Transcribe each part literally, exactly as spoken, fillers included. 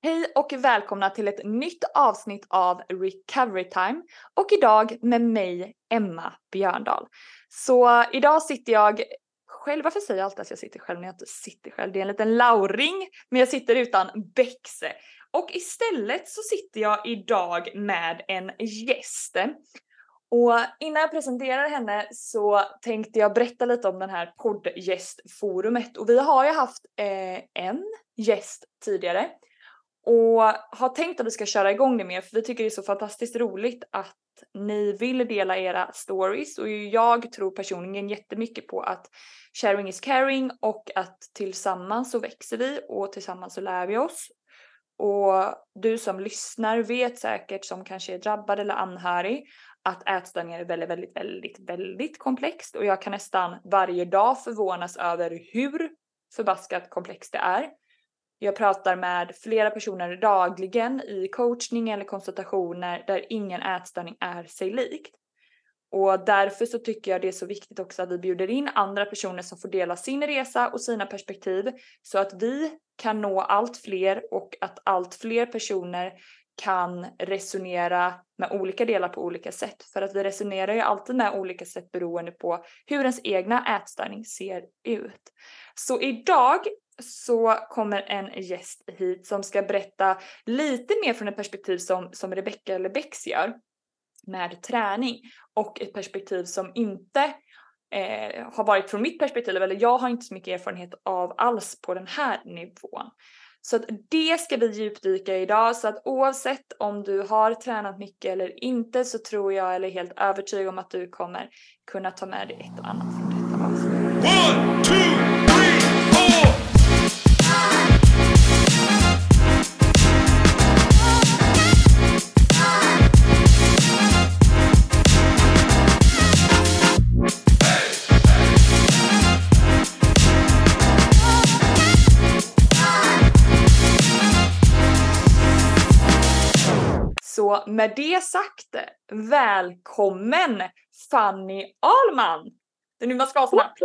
Hej och välkomna till ett nytt avsnitt av Recovery Time och idag med mig, Emma Björndal. Så idag sitter jag själv, varför säger jag alltid att jag sitter själv när jag inte sitter själv? Det är en liten lauring, men jag sitter utan Bexe. Och istället så sitter jag idag med en gäst. Och innan jag presenterar henne så tänkte jag berätta lite om den här poddgästforumet. Och vi har ju haft eh, en gäst tidigare. Och har tänkt att vi ska köra igång det mer för vi tycker det är så fantastiskt roligt att ni vill dela era stories. Och jag tror personligen jättemycket på att sharing is caring och att tillsammans så växer vi och tillsammans så lär vi oss. Och du som lyssnar vet säkert som kanske är drabbad eller anhörig att ätstörningar är väldigt, väldigt, väldigt, väldigt komplext. Och jag kan nästan varje dag förvånas över hur förbaskat komplext det är. Jag pratar med flera personer dagligen i coachning eller konsultationer där ingen ätstörning är sig likt. Och därför så tycker jag det är så viktigt också att vi bjuder in andra personer som får dela sin resa och sina perspektiv så att vi kan nå allt fler och att allt fler personer kan resonera med olika delar på olika sätt. För att vi resonerar ju alltid med olika sätt beroende på hur ens egna ätstörning ser ut. Så idag så kommer en gäst hit som ska berätta lite mer från ett perspektiv som, som Rebecca eller Bex gör med träning och ett perspektiv som inte eh, har varit från mitt perspektiv eller jag har inte så mycket erfarenhet av alls på den här nivån. Så att det ska vi djupdyka idag så att oavsett om du har tränat mycket eller inte så tror jag eller är helt övertygad om att du kommer kunna ta med dig ett och annat från detta avsnitt. One, two, three, four! Så med det sagt, välkommen Fanny Ahlman! Det är nu man ska ha sån här.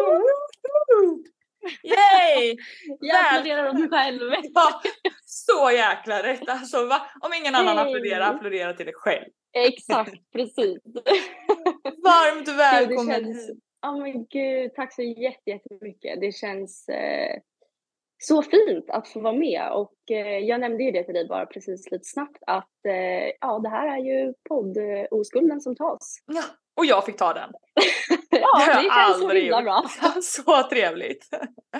Yay! Jag applåderar om mig själv. Ja, så jäkla rätt. Alltså, va? Om ingen annan Hey. applåderar, applådera till dig själv. Exakt, precis. Varmt välkommen känns, hit. Ja oh men gud, tack så jättemycket. Det känns eh, så fint att få vara med. Och eh, jag nämnde ju det till dig bara precis lite snabbt. Att eh, ja, det här är ju podd-oskulden som tas. Ja, och jag fick ta den. Ja, det, det känns så himla bra. Så trevligt.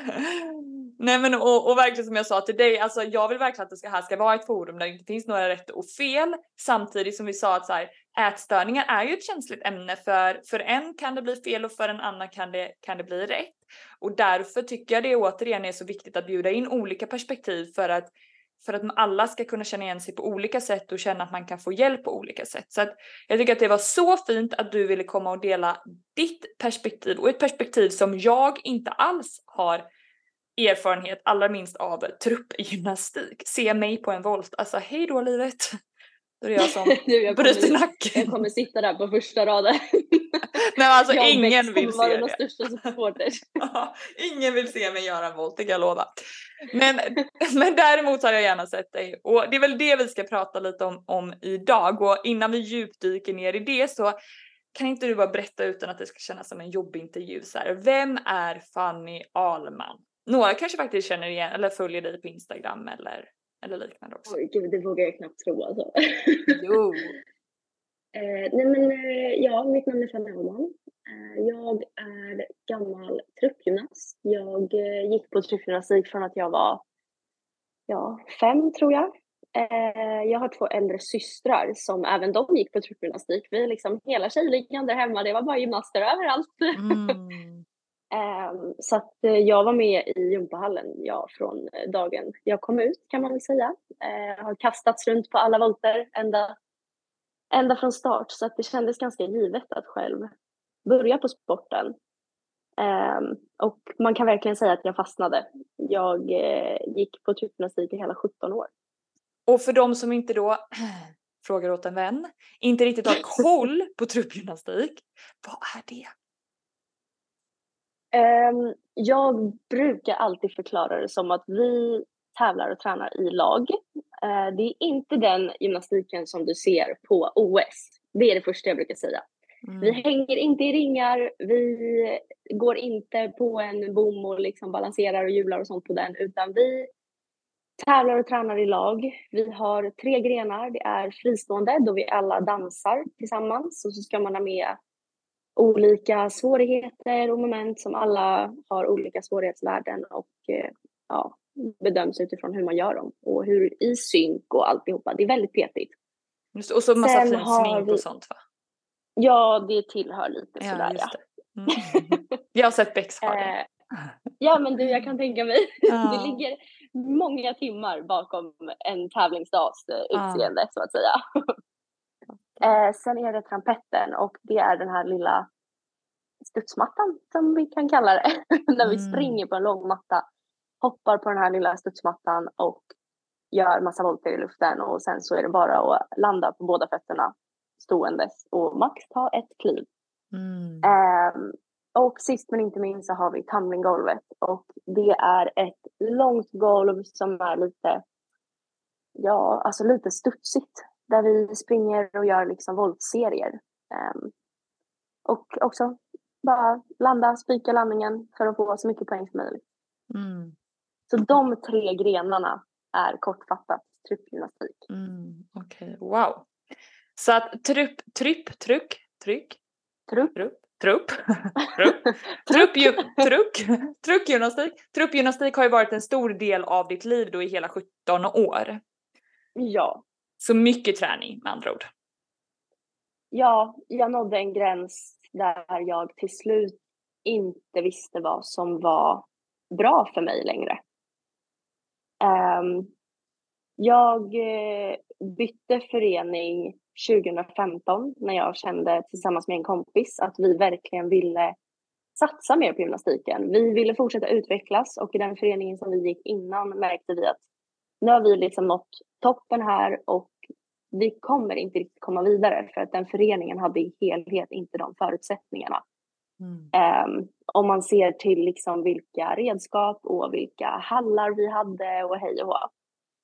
Nej men och, och verkligen som jag sa till dig, alltså jag vill verkligen att det ska, här ska vara ett forum där det inte finns några rätt och fel. Samtidigt som vi sa att så här, ätstörningar är ju ett känsligt ämne för, för en kan det bli fel och för en annan kan det, kan det bli rätt. Och därför tycker jag det återigen är så viktigt att bjuda in olika perspektiv för att För att alla ska kunna känna igen sig på olika sätt och känna att man kan få hjälp på olika sätt. Så att jag tycker att det var så fint att du ville komma och dela ditt perspektiv. Och ett perspektiv som jag inte alls har erfarenhet, allra minst av truppgymnastik. Se mig på en volt. Alltså hej då livet. Då är jag som jag bryter nacken. Jag kommer sitta där på första raden. Nej alltså jag ingen vill se det. Största supporters. Ingen vill se mig göra en volt, det kan jag lova. Men, men däremot har jag gärna sett dig. Och det är väl det vi ska prata lite om, om idag. Och innan vi djupdyker ner i det så kan inte du bara berätta utan att det ska kännas som en jobbintervju så här. Vem är Fanny Ahlman? Några kanske faktiskt känner igen eller följer dig på Instagram eller, eller liknande också. Oj gud, det vågar jag knappt tro alltså. Jo. Eh, nej men eh, ja, mitt namn är Fanny Ahlman. Eh, jag är gammal truppgymnast. Jag eh, gick på truppgymnastik från att jag var ja, fem tror jag. Eh, jag har två äldre systrar som även de gick på truppgymnastik. Vi liksom hela tjejligan där hemma, det var bara gymnaster överallt. Mm. eh, så att eh, jag var med i gympahallen ja, från dagen jag kom ut kan man väl säga. Eh, har kastats runt på alla volter ända Ända från start, så att det kändes ganska givet att själv börja på sporten. Um, och man kan verkligen säga att jag fastnade. Jag eh, gick på truppgymnastik i hela sjutton år. Och för de som inte då, frågar åt en vän, inte riktigt har koll på truppgymnastik, vad är det? Um, jag brukar alltid förklara det som att vi tävlar och tränar i lag. Eh, det är inte den gymnastiken som du ser på O S. Det är det första jag brukar säga. Mm. Vi hänger inte i ringar, vi går inte på en bom och liksom balanserar och hjular och sånt på den, utan vi tävlar och tränar i lag. Vi har tre grenar. Det är fristående då vi alla dansar tillsammans, och så ska man ha med olika svårigheter och moment som alla har olika svårighetsvärden och ja, bedöms utifrån hur man gör dem och hur i synk och alltihopa. Det är väldigt petigt. Just, och så massa fin smink vi... och sånt, va? Ja, det tillhör lite ja, sådär. Just det. Mm. Jag har sett Bex ha det. Ja, men du, jag kan tänka mig. Ah. Det ligger många timmar bakom en tävlingsdags utseende, ah. så att säga. eh, sen är det trampetten, och det är den här lilla studsmattan som vi kan kalla det. När mm. vi springer på en lång matta, hoppar på den här lilla studsmattan och gör massa volter i luften, och sen så är det bara att landa på båda fötterna ståendes och max ta ett kliv. Mm. Eh, och sist men inte minst så har vi tumlinggolvet, och det är ett långt golv som är lite, ja, alltså lite studsigt, där vi springer och gör liksom voltserier. Eh, och också bara landa, spika landningen för att få så mycket poäng som möjligt. Mm. Så de tre grenarna är kortfattat truppgymnastik. Mm, Okej, okay. Wow. Så att trupp, trypp, tryck, tryck, trupp, trupp, trupp, trupp, trupp, truck, truppgymnastik. Truppgymnastik har ju varit en stor del av ditt liv då i hela sjutton år. Ja. Så mycket träning med andra ord. Ja, jag nådde en gräns där jag till slut inte visste vad som var bra för mig längre. Um, jag bytte förening tjugohundrafemton när jag kände tillsammans med en kompis att vi verkligen ville satsa mer på gymnastiken. Vi ville fortsätta utvecklas, och i den föreningen som vi gick innan märkte vi att nu har vi liksom nått toppen här och vi kommer inte riktigt komma vidare, för att den föreningen hade i helhet inte de förutsättningarna. Mm. Um, om man ser till liksom vilka redskap och vilka hallar vi hade och hej och hå.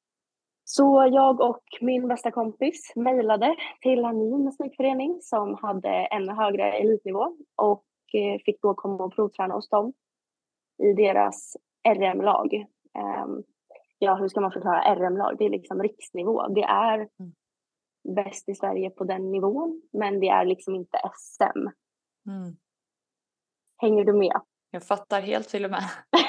Så jag och min bästa kompis mejlade till en ny gymnastikförening som hade ännu högre elitnivå, och eh, fick då komma och provträna hos dem i deras R M-lag. Um, ja, hur ska man förklara R M-lag? Det är liksom riksnivå. Det är mm. bäst i Sverige på den nivån, men det är liksom inte S M. Mm. Hänger du med? Jag fattar helt till och med.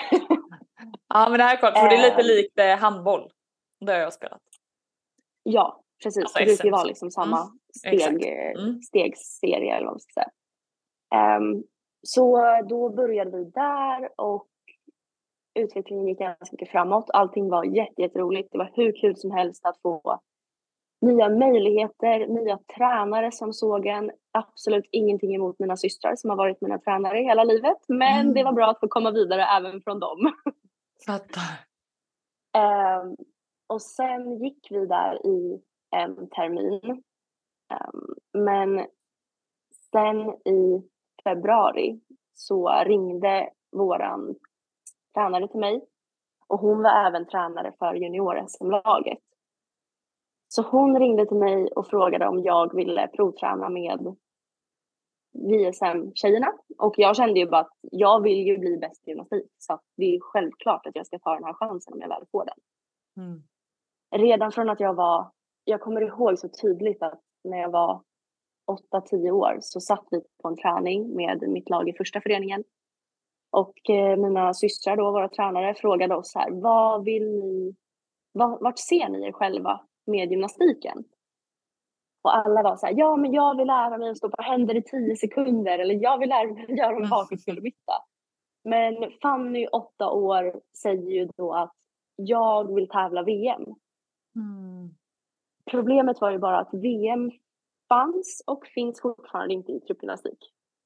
Ja, men det här är kort, för det är lite likt eh, handboll. Det har jag spelat. Ja, precis. Alltså, det brukar ju vara liksom samma mm. steg, mm. stegsserie eller vad man ska säga. Um, så då började vi där, och utvecklingen gick ganska mycket framåt. Allting var jätte, jätteroligt. Det var hur kul som helst att få nya möjligheter, nya tränare som såg en. Absolut ingenting emot mina systrar som har varit mina tränare hela livet. Men mm. det var bra att få komma vidare även från dem. Fattar. Um, och sen gick vi där i en termin. Um, men sen i februari så ringde våran tränare till mig. Och hon var även tränare för junior-S M-laget. Så hon ringde till mig och frågade om jag ville provträna med J S M-tjejerna. Och jag kände ju bara att jag vill ju bli bäst i gymnastik. Så att det är självklart att jag ska ta den här chansen om jag väl får den. Mm. Redan från att jag var, jag kommer ihåg så tydligt att när jag var åtta tio år så satt vi på en träning med mitt lag i första föreningen. Och eh, mina systrar då, våra tränare, frågade oss här, vad vill ni, vad, vart ser ni er själva med gymnastiken? Och alla var så här, ja men jag vill lära mig att stå på händer i tio sekunder, eller jag vill lära mig att göra en bakåtkullerbytta. Men Fanny, åtta år, säger ju då att jag vill tävla V M. Mm. Problemet var ju bara att V M fanns och finns fortfarande inte i truppgymnastik.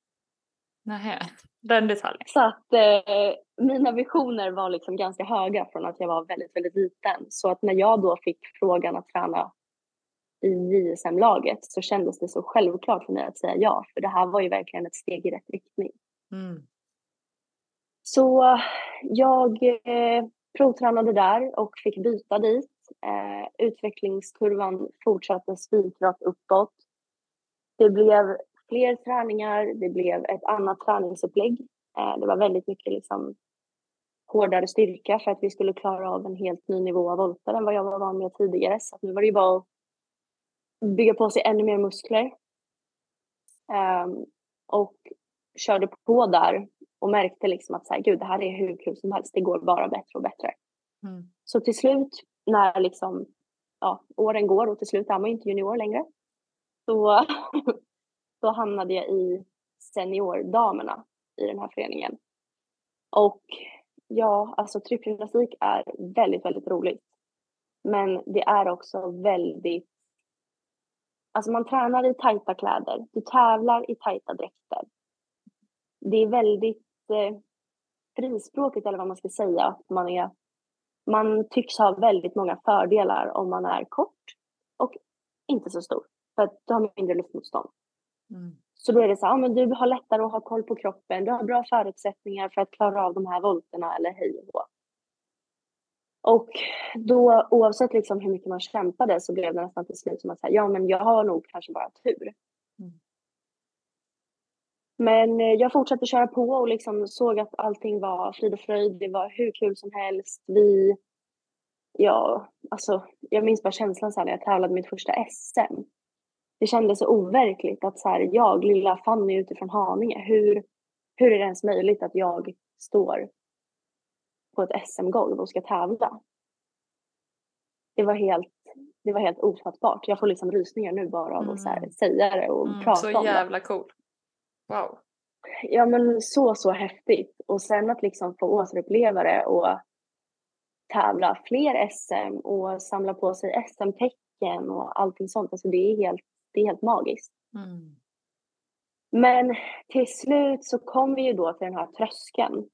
Nej, den detaljen. Så att eh, mina visioner var liksom ganska höga från att jag var väldigt, väldigt liten. Så att när jag då fick frågan att träna i J S M-laget så kändes det så självklart för mig att säga ja. För det här var ju verkligen ett steg i rätt riktning. Mm. Så jag eh, provtränade där och fick byta dit. Eh, utvecklingskurvan fortsatte spikrakt uppåt. Det blev fler träningar, det blev ett annat träningsupplägg. Eh, det var väldigt mycket liksom hårdare styrka för att vi skulle klara av en helt ny nivå av volter än vad jag var van med tidigare. Så nu var det ju bara att bygga på sig ännu mer muskler. Um, och körde på där och märkte liksom att så här, gud, det här är hur kul som helst. Det går bara bättre och bättre. Mm. Så till slut när liksom, ja, åren går och till slut är man inte junior längre. Så, så hamnade jag i seniordamerna i den här föreningen. Och ja, alltså tryckgymnastik är väldigt, väldigt roligt. Men det är också väldigt, alltså man tränar i tajta kläder. Du tävlar i tajta dräkter. Det är väldigt eh, frispråkigt eller vad man ska säga. Att man, är, man tycks ha väldigt många fördelar om man är kort och inte så stor. För att du har mindre luftmotstånd. Mm. Så då är det så här, ja, men du har lättare att ha koll på kroppen. Du har bra förutsättningar för att klara av de här volterna eller hej och hå. Och då oavsett liksom hur mycket man kämpade så blev det nästan till slut som att säga, ja men jag har nog kanske bara tur. Mm. Men jag fortsatte köra på och liksom såg att allting var frid och fröjd. Det var hur kul som helst. Vi, ja, alltså jag minns bara känslan så här när jag tävlade mitt första S M. Det kändes så overkligt att så här, jag, lilla Fanny utifrån Haninge, hur, hur är det ens möjligt att jag står på ett S M-golv och ska tävla? Det var helt, det var helt ofattbart. Jag får liksom rysningar nu bara av mm. att så här, säga det och mm, prata om det. Så jävla cool. Wow. Ja men så, så häftigt. Och sen att liksom få återuppleva det och tävla fler S M och samla på sig S M-tecken och allting sånt. Alltså det är helt, det är helt magiskt. Mm. Men till slut så kom vi ju då till den här tröskeln.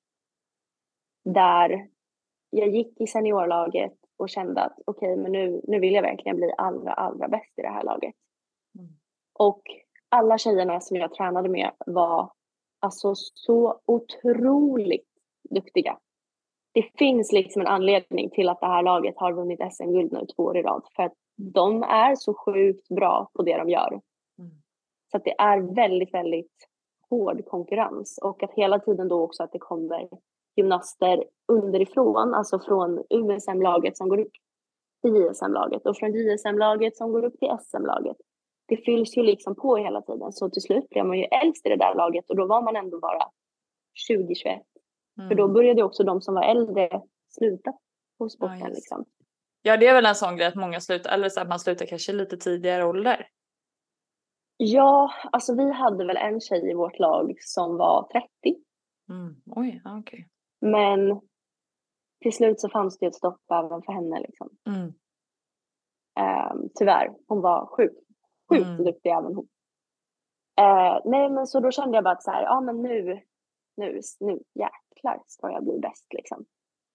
Där jag gick i seniorlaget och kände att okej, okay, men nu, nu vill jag verkligen bli allra, allra bäst i det här laget. Mm. Och alla tjejerna som jag tränade med var alltså så otroligt duktiga. Det finns liksom en anledning till att det här laget har vunnit S M-guld nu två år i rad. För att de är så sjukt bra på det de gör. Mm. Så att det är väldigt, väldigt hård konkurrens. Och att hela tiden då också att det kommer gymnaster underifrån. Alltså från U S M-laget som går upp till J S M-laget. Och från J S M-laget som går upp till S M-laget. Det fylls ju liksom på hela tiden. Så till slut blev man ju äldst i det där laget. Och då var man ändå bara tjugo tjugoett. Mm. För då började också de som var äldre sluta på sporten. Ja, liksom. Ja, det är väl en sån grej att många slutar. Eller så att man slutar kanske lite tidigare ålder. Ja, alltså vi hade väl en tjej i vårt lag som var trettio. Mm. Oj, okej. Okay. Men till slut så fanns det ett stopp även för henne. Liksom. Mm. Um, tyvärr, hon var sjukt. Sjukt mm. duktig även hon. Uh, nej men så då kände jag bara att så här, ja men nu, nu, nu jäklar ska jag bli bäst liksom.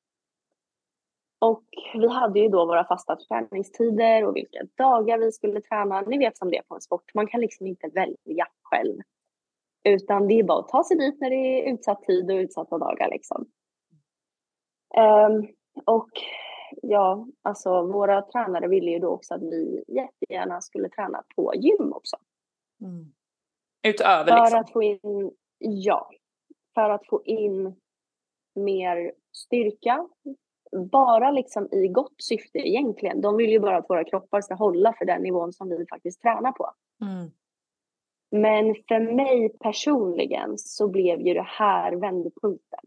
Och vi hade ju då våra fasta träningstider och vilka dagar vi skulle träna. Ni vet som det är på en sport, man kan liksom inte välja själv. Utan det är bara att ta sig dit när det är utsatt tid och utsatta dagar liksom. Um, och ja, alltså våra tränare ville ju då också att vi jättegärna skulle träna på gym också. Mm. Utöver för liksom? Att få in, ja, för att få in mer styrka. Bara liksom i gott syfte egentligen. De vill ju bara att våra kroppar ska hålla för den nivån som vi faktiskt tränar på. Mm. Men för mig personligen så blev ju det här vändpunkten.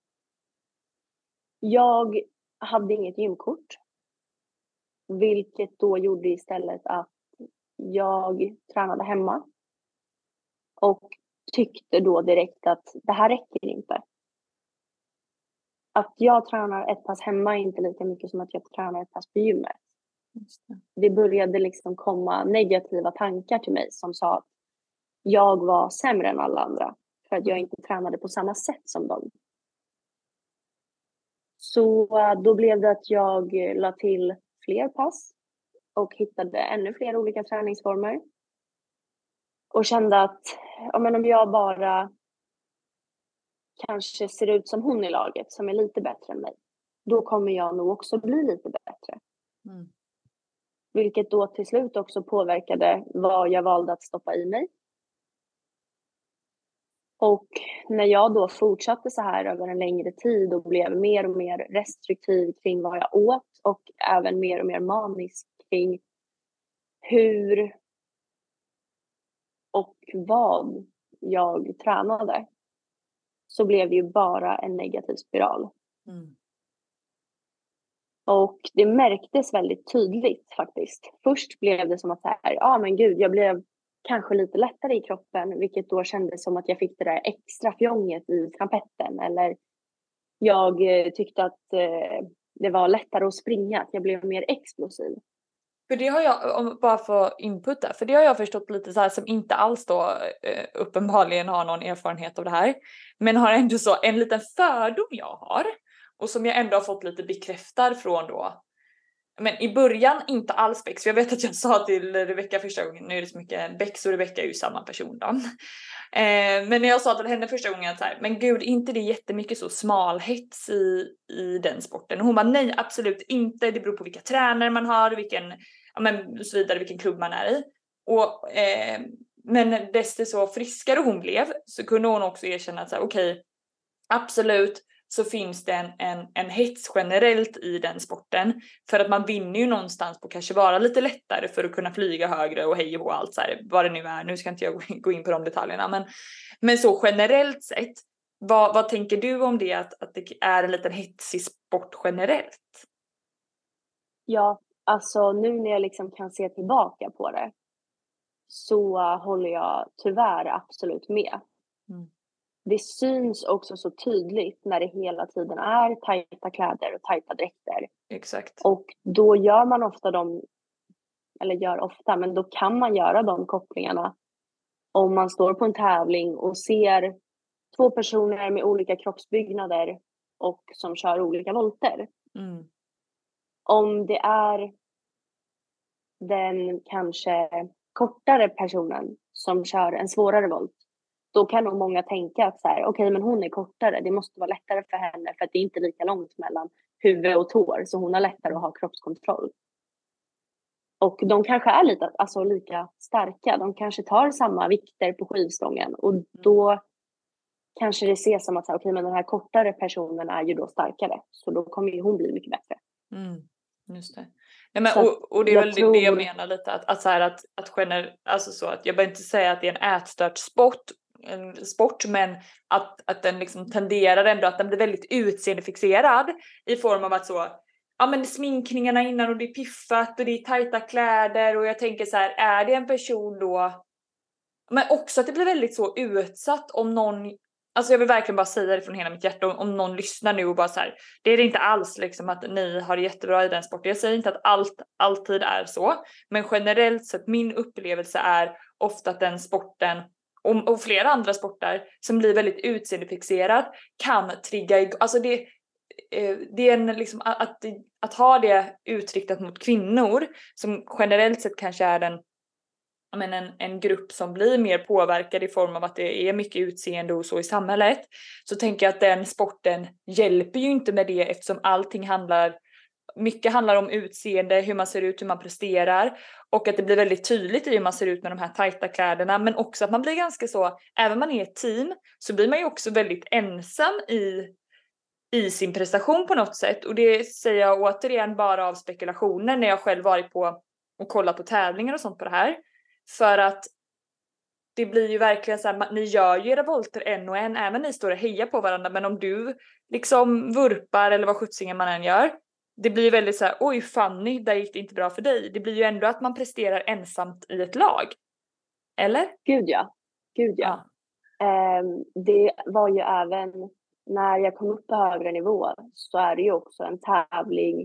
Jag hade inget gymkort. Vilket då gjorde istället att jag tränade hemma. Och tyckte då direkt att det här räcker inte. Att jag tränar ett pass hemma är inte lika mycket som att jag tränar ett pass på gymmet. Det. det började liksom komma negativa tankar till mig som sa att jag var sämre än alla andra. För att jag inte tränade på samma sätt som dem. Så då blev det att jag la till fler pass. Och hittade ännu fler olika träningsformer. Och kände att ja, men om jag bara kanske ser ut som hon i laget som är lite bättre än mig. Då kommer jag nog också bli lite bättre. Mm. Vilket då till slut också påverkade vad jag valde att stoppa i mig. Och när jag då fortsatte så här över en längre tid och blev mer och mer restriktiv kring vad jag åt och även mer och mer manisk kring hur och vad jag tränade, så blev det ju bara en negativ spiral. Mm. Och det märktes väldigt tydligt faktiskt. Först blev det som att så här, ja men gud, jag blev kanske lite lättare i kroppen, vilket då kändes som att jag fick det där extra fjånget i trampetten. Eller jag eh, tyckte att eh, det var lättare att springa, att jag blev mer explosiv. För det har jag, om bara för input där, för det har jag förstått lite så här som inte alls då eh, uppenbarligen har någon erfarenhet av det här. Men har ändå så en liten fördom jag har och som jag ändå har fått lite bekräftad från då. Men i början inte alls Bex, för jag vet att jag sa till Rebecca första gången, nu är det så mycket, Bex och Rebecca är ju samma person då. Eh, men när jag sa till henne första gången att så här, men gud, inte det är jättemycket så smalhets i, i den sporten. Och hon bara, nej absolut inte, det beror på vilka tränare man har, vilken, ja men och så vidare, vilken klubb man är i. Och, eh, men desto så friskare hon blev så kunde hon också erkänna att så här, okej, absolut, så finns det en, en, en hets generellt i den sporten. För att man vinner ju någonstans på kanske vara lite lättare för att kunna flyga högre och hej och allt så här, vad det nu är. Nu ska inte jag gå in på de detaljerna. Men, men så generellt sett, vad, vad tänker du om det att, att det är en liten hetsig sport generellt? Ja, alltså nu när jag liksom kan se tillbaka på det så håller jag tyvärr absolut med. Mm. Det syns också så tydligt när det hela tiden är tajta kläder och tajta dräkter. Exakt. Och då gör man ofta de, eller gör ofta, men då kan man göra de kopplingarna om man står på en tävling och ser två personer med olika kroppsbyggnader och som kör olika volter. Mm. Om det är den kanske kortare personen som kör en svårare volt, då kan nog många tänka att så här, okej, okay, men hon är kortare. Det måste vara lättare för henne för att det är inte lika långt mellan huvud och tår. Så hon har lättare att ha kroppskontroll. Och de kanske är lite, alltså, lika starka. De kanske tar samma vikter på skivstången. Och då kanske det ses som att okej, okay, men den här kortare personen är ju då starkare. Så då kommer ju hon bli mycket bättre. Mm, just det. Nej, men, och, och det är väl tror... det jag menar lite. Att, att, så här, att, att, gener, alltså så att jag behöver inte säga att det är en ätstört sport. En sport, men att, att den liksom tenderar ändå att den blir väldigt utseendefixerad i form av att så, ja men sminkningarna innan och det är piffat och det är tajta kläder och jag tänker så här, är det en person då, men också att det blir väldigt så utsatt om någon, alltså jag vill verkligen bara säga det från hela mitt hjärta, om, om någon lyssnar nu och bara så här, det är det inte alls liksom att ni har det jättebra i den sporten, jag säger inte att allt alltid är så, men generellt sett min upplevelse är ofta att den sporten Och, och flera andra sporter som blir väldigt utseendefixerad kan trigga igång. Alltså det, eh, det är en liksom att, att, att ha det utriktat mot kvinnor som generellt sett kanske är en, men en, en grupp som blir mer påverkad i form av att det är mycket utseende och så i samhället. Så tänker jag att den sporten hjälper ju inte med det eftersom allting handlar mycket handlar om utseende, hur man ser ut, hur man presterar och att det blir väldigt tydligt i hur man ser ut med de här tajta kläderna, men också att man blir ganska så, även om man är ett team så blir man ju också väldigt ensam i, i sin prestation på något sätt, och det säger jag återigen bara av spekulationer när jag själv varit på och kollat på tävlingar och sånt på det här, för att det blir ju verkligen så här, ni gör ju era volter en och en, även ni står och hejar på varandra, men om du liksom vurpar eller vad sjuttsingen man än gör, det blir väldigt så här, oj Fanny, där gick det inte bra för dig. Det blir ju ändå att man presterar ensamt i ett lag. Eller? Gud ja. Gud ja. ja. Um, det var ju även, när jag kom upp på högre nivå så är det ju också en tävling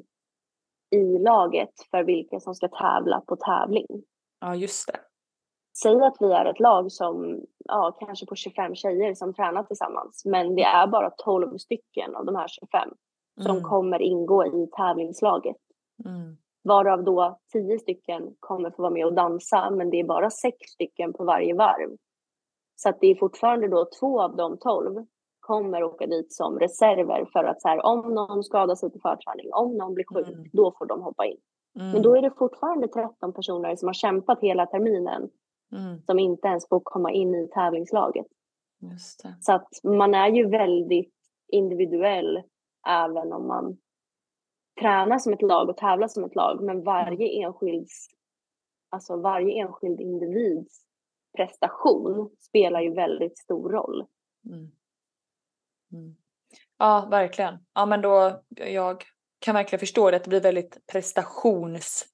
i laget för vilka som ska tävla på tävling. Ja, just det. Säg att vi är ett lag som, ja, kanske på tjugofem tjejer som tränar tillsammans. Men det är bara tolv stycken av de här tjugofem som mm. kommer ingå i tävlingslaget. Mm. Varav då tio stycken kommer få vara med och dansa. Men det är bara sex stycken på varje varv. Så att det är fortfarande då två av de tolv kommer åka dit som reserver. För att så här, om någon skadar sig till förträning, om någon blir sjuk, mm. då får de hoppa in. Mm. Men då är det fortfarande tretton personer som har kämpat hela terminen. Mm. Som inte ens får komma in i tävlingslaget. Just det. Så att man är ju väldigt individuell. Även om man tränar som ett lag och tävlar som ett lag. Men varje Mm. enskilds, alltså varje enskild individs prestation spelar ju väldigt stor roll. Mm. Mm. Ja, verkligen. Ja, men då jag kan verkligen förstå det. Att det blir väldigt prestations...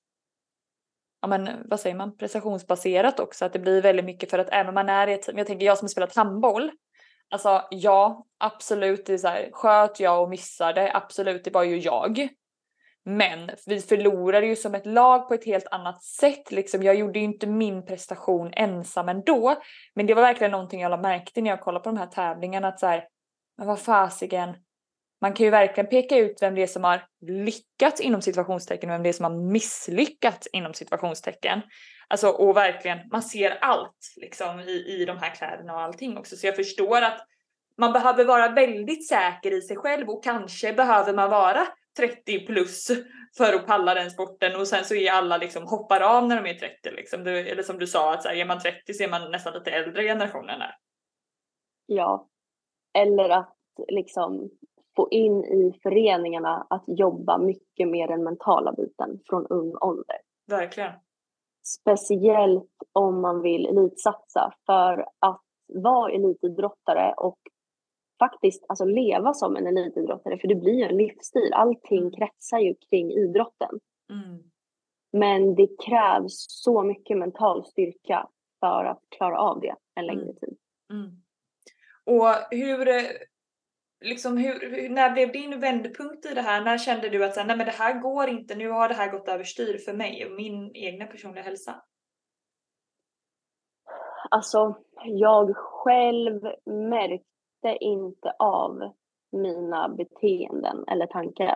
Ja, men vad säger man? Prestationsbaserat också. Att det blir väldigt mycket för att även om man är i ett... Jag tänker jag som har spelat handboll. Alltså ja, absolut. Det är så här, sköt jag och missade. Absolut, det var ju jag. Men vi förlorade ju som ett lag på ett helt annat sätt. Liksom, jag gjorde ju inte min prestation ensam ändå. Men det var verkligen någonting jag lade märke till när jag kollade på de här tävlingarna. Att så här, men vad fasiken. Man kan ju verkligen peka ut vem det är som har lyckats inom situationstecken och vem det är som har misslyckats inom situationstecken. Alltså, och verkligen, man ser allt liksom i, i de här kläderna och allting också. Så jag förstår att man behöver vara väldigt säker i sig själv och kanske behöver man vara trettio plus för att palla den sporten. Och sen så är alla liksom hoppar av när de är trettio liksom. Du, eller som du sa, att så här, är man trettio så är man nästan lite äldre generationen där. Ja, eller att liksom få in i föreningarna att jobba mycket mer den mentala biten från ung ålder. Verkligen. Speciellt om man vill elitsatsa, för att vara elitidrottare och faktiskt alltså leva som en elitidrottare, för det blir ju en livsstil. Allting kretsar ju kring idrotten. Mm. Men det krävs så mycket mental styrka för att klara av det en längre Mm. tid. Mm. Och hur, liksom hur, hur, när blev din vändpunkt i det här? När kände du att så här, nej men det här går inte, nu har det här gått överstyr för mig och min egna personliga hälsa? Alltså, jag själv märkte inte av mina beteenden eller tankar.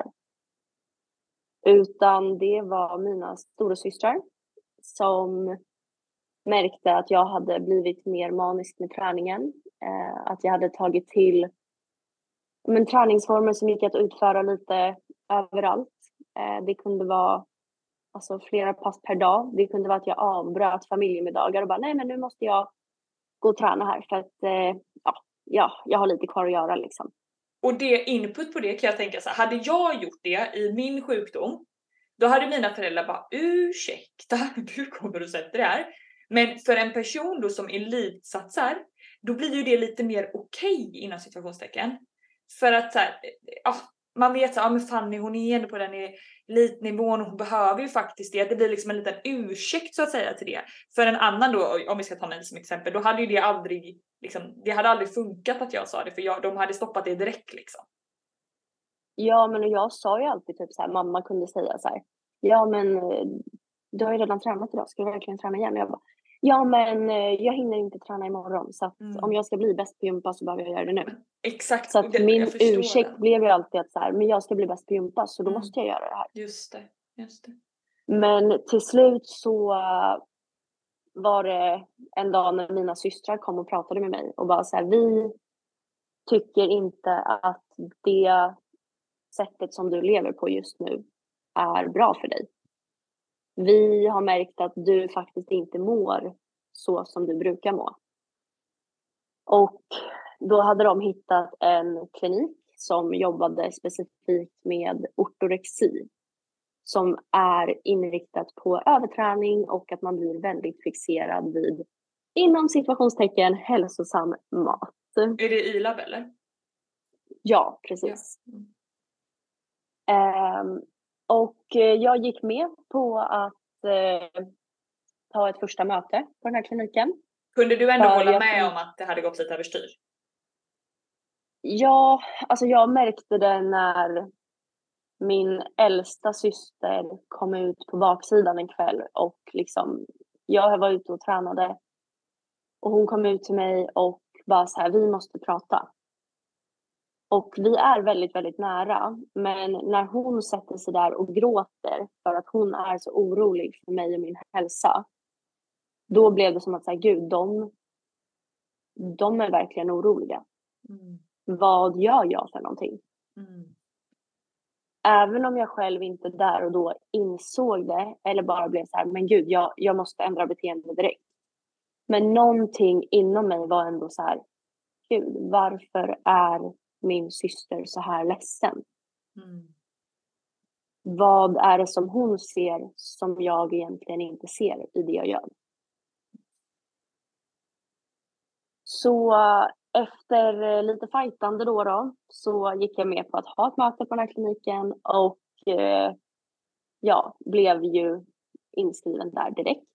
Utan det var mina storasystrar som märkte att jag hade blivit mer manisk med träningen. Eh, att jag hade tagit till men, träningsformer som gick att utföra lite överallt. Eh, det kunde vara alltså, flera pass per dag. Det kunde vara att jag avbröt familjemiddagar och bara nej men nu måste jag gå och träna här för att eh, ja, ja, jag har lite kvar att göra liksom. Och det input på det kan jag tänka så här, hade jag gjort det i min sjukdom, då hade mina föräldrar bara ursäkta, du kommer och sätter det här. Men för en person då som elitsatsar, då blir ju det lite mer okej okay, inom situationstecken. För att så här, ja, man vet så ja men Fanny hon är ändå på den elitnivån och hon behöver ju faktiskt det. Det blir liksom en liten ursäkt så att säga till det. För en annan då, om vi ska ta mig som exempel, då hade ju det aldrig liksom, det hade aldrig funkat att jag sa det för jag, de hade stoppat det direkt liksom. Ja men jag sa ju alltid typ så här, mamma kunde säga så här, ja men du har ju redan tränat idag, ska du verkligen träna igen? Och jag bara, ja men jag hinner inte träna imorgon så att mm. om jag ska bli bäst på gympa så behöver jag göra det nu. Exakt. Så att det, min ursäkt den. blev ju alltid att så här, men jag ska bli bäst på gympa så då mm. måste jag göra det här. Just det, just det. Men till slut så var det en dag när mina systrar kom och pratade med mig och bara så här, vi tycker inte att det sättet som du lever på just nu är bra för dig. Vi har märkt att du faktiskt inte mår så som du brukar må. Och då hade de hittat en klinik som jobbade specifikt med ortorexi. Som är inriktat på överträning och att man blir väldigt fixerad vid, inom situationstecken, hälsosam mat. Är det I L A B eller? Ja, precis. Ja. Mm. Um, och jag gick med på att uh, ta ett första möte på den här kliniken. Kunde du ändå hålla med jag... om att det hade gått lite överstyr? Ja, alltså jag märkte det när min äldsta syster kom ut på baksidan en kväll och liksom, jag var ute och tränade och hon kom ut till mig och bara så här, vi måste prata. Och vi är väldigt, väldigt nära. Men när hon sätter sig där och gråter för att hon är så orolig för mig och min hälsa. Då blev det som att säga, gud, de, de är verkligen oroliga. Mm. Vad gör jag för någonting? Mm. även om jag själv inte där och då insåg det eller bara blev så här, men gud, jag, jag måste ändra beteende direkt. Men någonting inom mig var ändå så här, gud, varför är min syster så här ledsen? Mm. Vad är det som hon ser som jag egentligen inte ser i det jag gör? Så efter lite fightande då, då så gick jag med på att ha ett möte på den här kliniken och eh, ja, blev ju inskriven där direkt.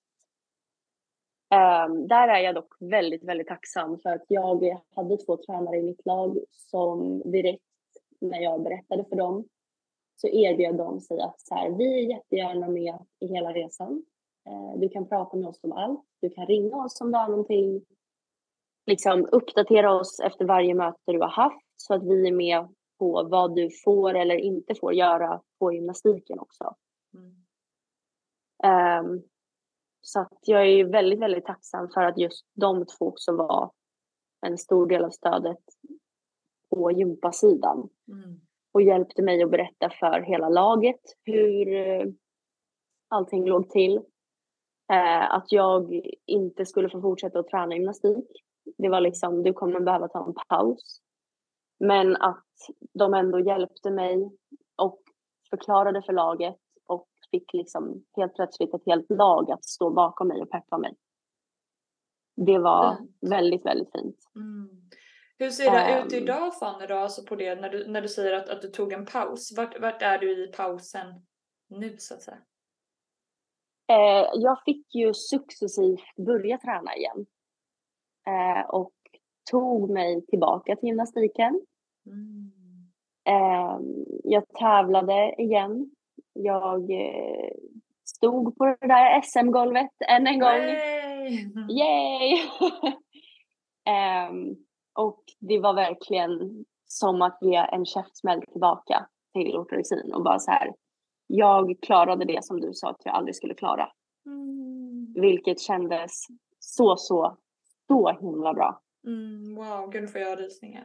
Um, där är jag dock väldigt, väldigt tacksam för att jag hade två tränare i mitt lag som direkt när jag berättade för dem så erbjöd de sig att så här, vi är jättegärna med i hela resan. Uh, du kan prata med oss om allt. Du kan ringa oss om det är någonting. Liksom uppdatera oss efter varje möte du har haft så att vi är med på vad du får eller inte får göra på gymnastiken också. Mm. Um, så att jag är väldigt, väldigt tacksam för att just de två också var en stor del av stödet på gympasidan. Mm. Och hjälpte mig att berätta för hela laget hur uh, allting låg till. Uh, att jag inte skulle få fortsätta att träna gymnastik. Det var liksom, du kommer behöva ta en paus. Men att de ändå hjälpte mig och förklarade för laget och fick liksom helt plötsligt ett helt lag att stå bakom mig och peppa mig. Det var mm. väldigt, väldigt fint. Mm. Hur ser det um, ut idag, Fanny, då, alltså på det, när du, när du säger att, att du tog en paus? Vart, vart är du i pausen nu, så att säga? Eh, jag fick ju successivt börja träna igen. Eh, och tog mig tillbaka till gymnastiken. Mm. Eh, jag tävlade igen. Jag eh, stod på det där S M-golvet än en gång. Yay! Yay! eh, och det var verkligen som att ge en käftsmäll tillbaka till ortorexin och bara så här, jag klarade det som du sa att jag aldrig skulle klara. Mm. Vilket kändes så, så så himla bra. Mm, wow, gud, nu får jag rysningar.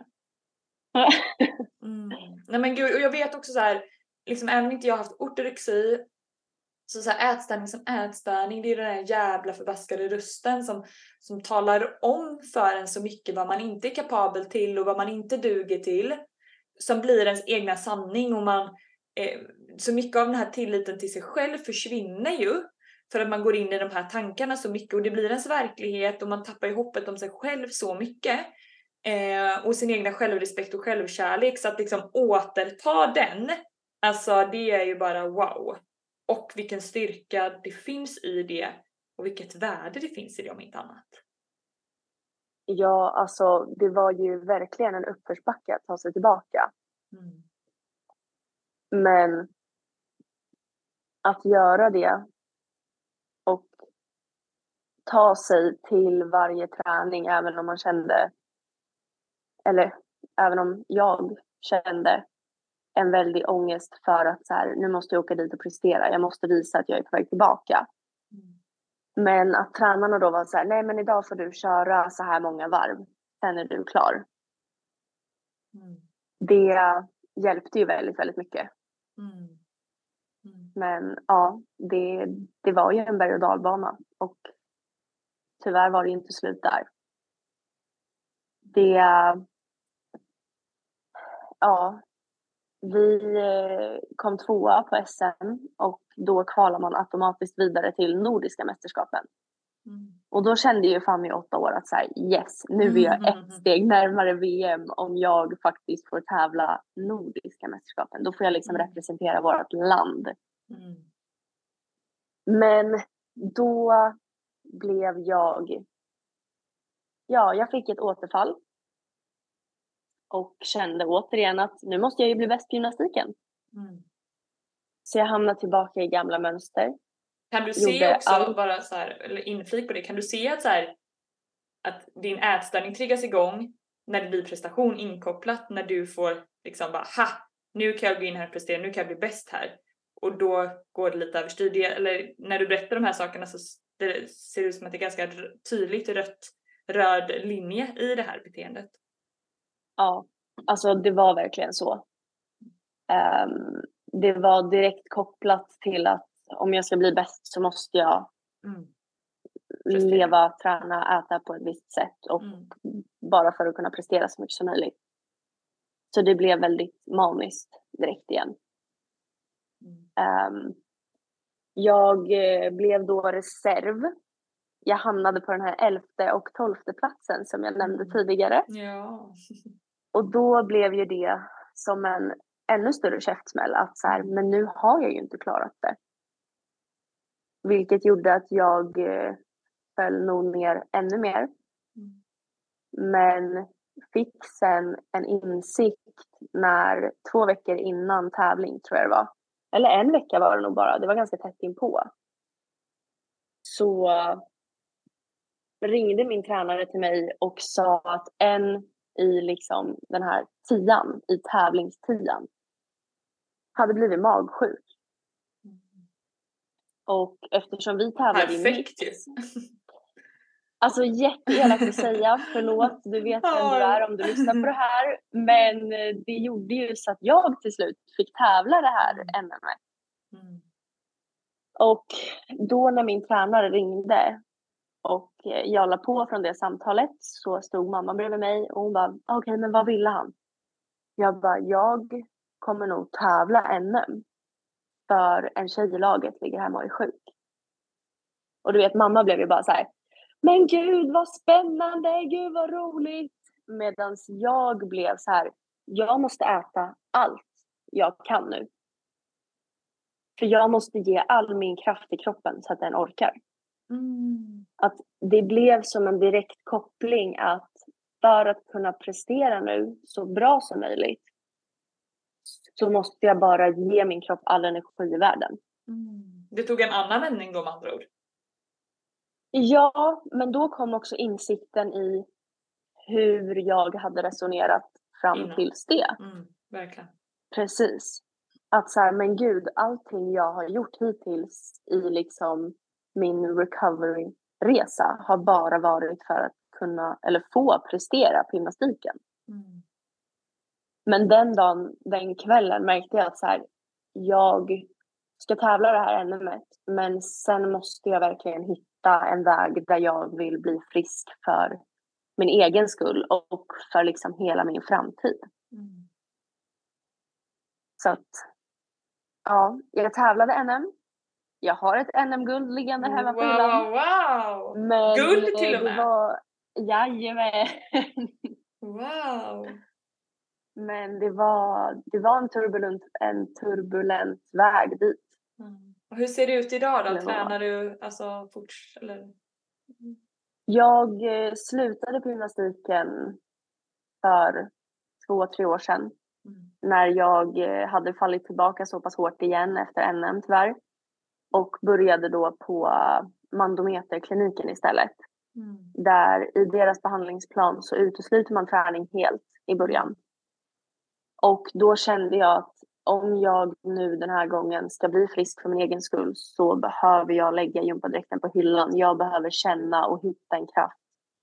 mm. Nej men gud, och jag vet också så här, liksom även om inte jag har haft ortorexi, så, så här, ätstörning som ätstörning, det är den här jävla förbaskade rösten som, som talar om för en så mycket vad man inte är kapabel till och vad man inte duger till, som blir ens egna sanning, och man eh, så mycket av den här tilliten till sig själv försvinner ju. För att man går in i de här tankarna så mycket och det blir ens verklighet och man tappar ju hoppet om sig själv så mycket. Eh, och sin egna självrespekt och självkärlek. Så att liksom återta den, alltså det är ju bara wow. Och vilken styrka det finns i det och vilket värde det finns i det om inte annat. Ja, alltså det var ju verkligen en uppförsbacke att ta sig tillbaka. Mm. Men att göra det och ta sig till varje träning även om man kände, eller även om jag kände en väldig ångest för att så här, nu måste jag åka dit och prestera. Jag måste visa att jag är på väg tillbaka. Mm. Men att tränarna då var så här, nej men idag får du köra så här många varv. Sen är du klar. Mm. Det hjälpte ju väldigt, väldigt mycket. Mm. Mm. Men ja, det, det var ju en berg- och dalbana. Och tyvärr var det inte slut där. Det, ja, vi kom tvåa på S M och då kvalar man automatiskt vidare till nordiska mästerskapen. Mm. Och då kände ju fan i åtta år att så här, yes, nu är jag ett steg närmare V M om jag faktiskt får tävla nordiska mästerskapen. Då får jag liksom mm. representera vårt land. Mm. Men då blev jag, ja, jag fick ett återfall. Och kände återigen att nu måste jag ju bli bäst på gymnastiken. Mm. Så jag hamnade tillbaka i gamla mönster. Kan du se Gjorde också, all... bara så här, eller inflik på det, kan du se att, så här, att din ätstörning triggas igång när det blir prestation inkopplat, när du får liksom bara, ha, nu kan jag gå in här och prestera, nu kan jag bli bäst här. Och då går det lite överstyr. Det, eller när du berättar de här sakerna så det ser det ut som att det är ganska tydligt rött, röd linje i det här beteendet. Ja, alltså det var verkligen så. Um, det var direkt kopplat till att om jag ska bli bäst så måste jag Mm. leva, träna, äta på ett visst sätt och Mm. bara för att kunna prestera så mycket som möjligt. Så det blev väldigt maniskt direkt igen. Mm. Um, jag eh, blev då reserv. Jag hamnade på den här elfte och tolfte platsen som jag nämnde Mm. tidigare. Ja. Och då blev ju det som en ännu större käftsmäll att så här, men nu har jag ju inte klarat det. Vilket gjorde att jag eh, föll nog ner ännu mer. Mm. Men fick sen en insikt när två veckor innan tävling tror jag det var. Eller en vecka var det nog bara. Det var ganska tätt inpå. Så ringde min tränare till mig och sa att en i liksom den här tian, i tävlingstian, hade blivit magsjuk. Mm. Och eftersom vi tävlade i Perfekt mix. ju. Alltså jätteelakt att säga, förlåt, du vet vem du är om du lyssnar på det här. Men det gjorde ju så att jag till slut fick tävla det här N M. Mm. Och då när min tränare ringde och jag la på från det samtalet så stod mamma bredvid mig och hon bara, okej okay, men vad ville han? Jag bara, jag kommer nog tävla N M för en tjej i laget ligger hemma och är sjuk. Och du vet, mamma blev ju bara så här, men gud vad spännande, gud vad roligt. Medan jag blev så här, jag måste äta allt jag kan nu. För jag måste ge all min kraft i kroppen så att den orkar. Mm. Att det blev som en direkt koppling att för att kunna prestera nu så bra som möjligt så måste jag bara ge min kropp all energi i världen. Mm. Det tog en annan vändning då med andra ord. Ja, men då kom också insikten i hur jag hade resonerat fram Innan. tills det. Mm. Verkligen. Precis. Att så här, men gud, allting jag har gjort hittills i liksom min recovery-resa har bara varit för att kunna, eller få prestera på gymnastiken. Mm. Men den dagen, den kvällen märkte jag att så här, jag ska tävla det här N M, men sen måste jag verkligen hitta en väg där jag vill bli frisk för min egen skull och för liksom hela min framtid. Mm. Så att, ja, jag tävlade N M. Jag har ett N M-guld liggande hemma på Wow, hyllan. wow, wow! Men Guld till och det med! var, jajamän. Wow! Men det var, det var en turbulent, en turbulent väg dit. Mm. Och hur ser det ut idag då? Det var- Tränar du alltså forts eller? Mm. Jag eh, slutade på gymnastiken för två, tre år sedan. Mm. När jag eh, hade fallit tillbaka så pass hårt igen efter N M tyvärr. Och började då på Mandometerkliniken istället. Mm. Där i deras behandlingsplan så utesluter man träning helt i början. Och då kände jag att om jag nu den här gången ska bli frisk för min egen skull så behöver jag lägga gympadräkten på hyllan. Jag behöver känna och hitta en kraft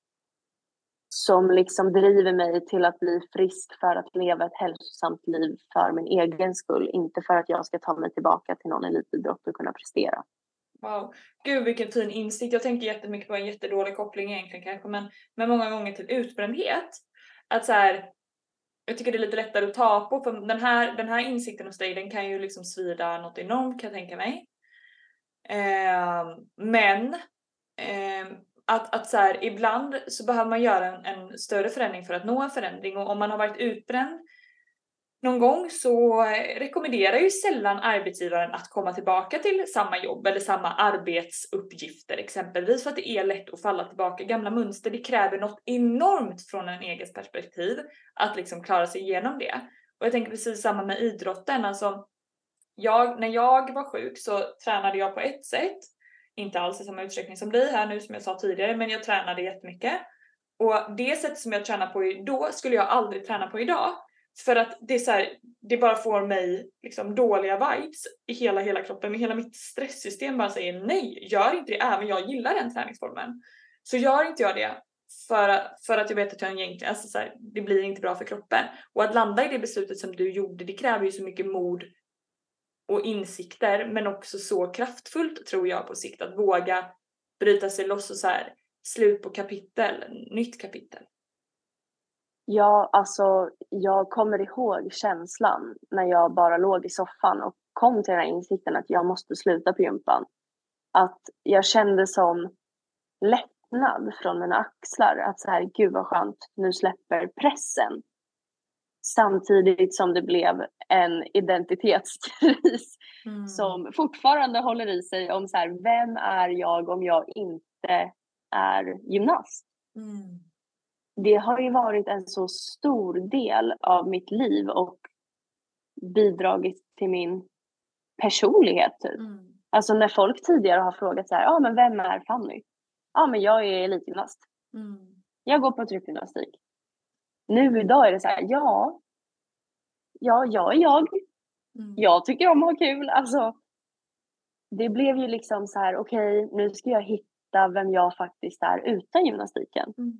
som liksom driver mig till att bli frisk för att leva ett hälsosamt liv för min egen skull. Inte för att jag ska ta mig tillbaka till någon elitidrott och kunna prestera. Wow, gud vilken fin insikt. Jag tänker jättemycket på en jättedålig koppling egentligen kanske, men, men många gånger till utbrändhet. Att så här, jag tycker det är lite lättare att ta på, för den här, den här insikten hos dig, den kan ju liksom svida något enormt kan jag tänka mig. Eh, men eh, att, att så här, ibland så behöver man göra en, en större förändring för att nå en förändring, och om man har varit utbränd någon gång så rekommenderar ju sällan arbetsgivaren att komma tillbaka till samma jobb eller samma arbetsuppgifter exempelvis, för att det är lätt att falla tillbaka i gamla mönster. Det kräver något enormt från en eget perspektiv att liksom klara sig igenom det. Och jag tänker precis samma med idrotten. Alltså, jag, när jag var sjuk så tränade jag på ett sätt. Inte alls i samma utsträckning som dig här nu som jag sa tidigare, men jag tränade jättemycket. Och det sätt som jag tränar på då skulle jag aldrig träna på idag. För att det är så här, det bara får mig liksom dåliga vibes i hela, hela kroppen. Hela mitt stresssystem bara säger nej, gör inte det. Även jag gillar den träningsformen. Så gör inte jag det för, för att jag vet att jag egentligen, alltså så här, det blir inte bra för kroppen. Och att landa i det beslutet som du gjorde, det kräver ju så mycket mod och insikter, men också så kraftfullt tror jag på sikt att våga bryta sig loss och så här slut på kapitel, nytt kapitel. Ja, alltså jag kommer ihåg känslan när jag bara låg i soffan och kom till den här insikten att jag måste sluta på gympan. Att jag kände som lättnad från mina axlar. Att så här, gud vad skönt, nu släpper pressen. Samtidigt som det blev en identitetskris mm. som fortfarande håller i sig om så här, vem är jag om jag inte är gymnast? Mm. Det har ju varit en så stor del av mitt liv och bidragit till min personlighet typ. Mm. Alltså när folk tidigare har frågat så här, ja ah, men vem är Fanny? Ja ah, men jag är elitgymnast. Mm. Jag går på tryckgymnastik. Nu idag är det så här, ja, ja, jag är jag. Mm. Jag tycker om att ha kul. Alltså, det blev ju liksom så här, okej, okay, nu ska jag hitta vem jag faktiskt är utan gymnastiken. Mm.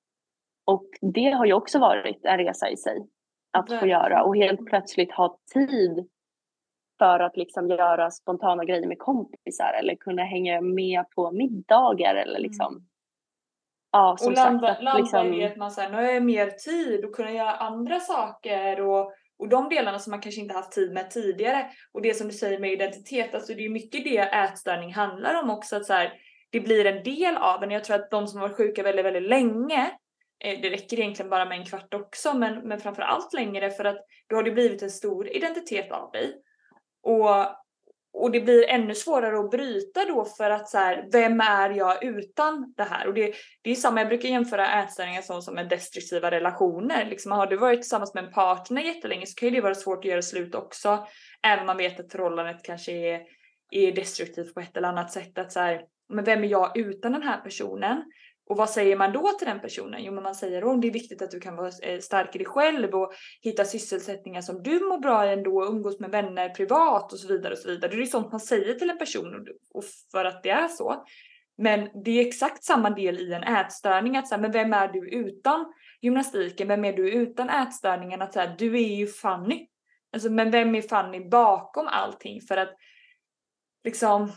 Och det har ju också varit en resa i sig att få göra. Och helt plötsligt ha tid för att liksom göra spontana grejer med kompisar. Eller kunna hänga med på middagar. Eller liksom. Mm. Ja, som och landa, sagt, att landa liksom... i att man säger, nu har jag mer tid och kunna göra andra saker. Och, och de delarna som man kanske inte haft tid med tidigare. Och det som du säger med identitet. Alltså det är mycket det ätstörning handlar om också. Att så här, det blir en del av en. Jag tror att de som har varit sjuka väldigt, väldigt länge. Det räcker egentligen bara med en kvart också. Men, men framförallt längre. För att då har det blivit en stor identitet av dig. Och, och det blir ännu svårare att bryta då. För att så här, vem är jag utan det här? Och det, det är samma, jag brukar jämföra ätstörningar som, som med destruktiva relationer. Liksom, har du varit tillsammans med en partner jättelänge så kan det vara svårt att göra slut också. Även om man vet att förhållandet kanske är, är destruktivt på ett eller annat sätt. Att så här, men vem är jag utan den här personen? Och vad säger man då till den personen? Jo, men man säger om det är viktigt att du kan vara stark i dig själv och hitta sysselsättningar som du mår bra i ändå och umgås med vänner privat och så vidare och så vidare. Det är sånt man säger till en person och för att det är så. Men det är exakt samma del i en ätstörning att säga, men vem är du utan gymnastiken? Vem är du utan ätstörningen? Att säga, du är ju Fanny. Alltså, men vem är Fanny bakom allting? För att liksom...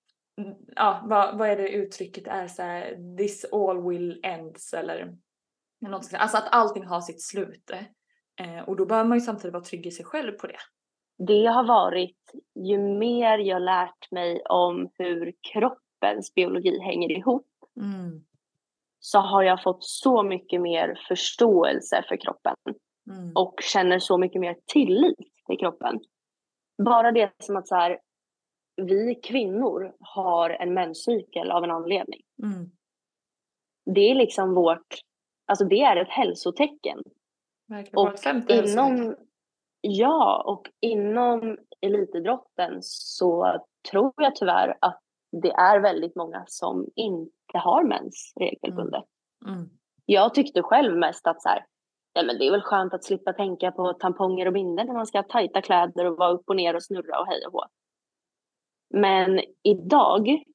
Ja, vad, vad är det uttrycket är så här, this all will ends eller något, alltså att allting har sitt slut eh, och då behöver man ju samtidigt vara trygg i sig själv på det. Det har varit, ju mer jag lärt mig om hur kroppens biologi hänger ihop mm. så har jag fått så mycket mer förståelse för kroppen mm. och känner så mycket mer tillit till kroppen. Bara det som att så här, vi kvinnor har en menscykel av en anledning. Mm. Det är liksom vårt, alltså det är ett hälsotecken. Verkligen, och femte inom, hälsotecken. Ja, och inom elitidrotten så tror jag tyvärr att det är väldigt många som inte har mens regelbundet. Mm. Mm. Jag tyckte själv mest att så här, ja, men det är väl skönt att slippa tänka på tamponger och binder när man ska ha tajta kläder och vara upp och ner och snurra och hej och hå. Men idag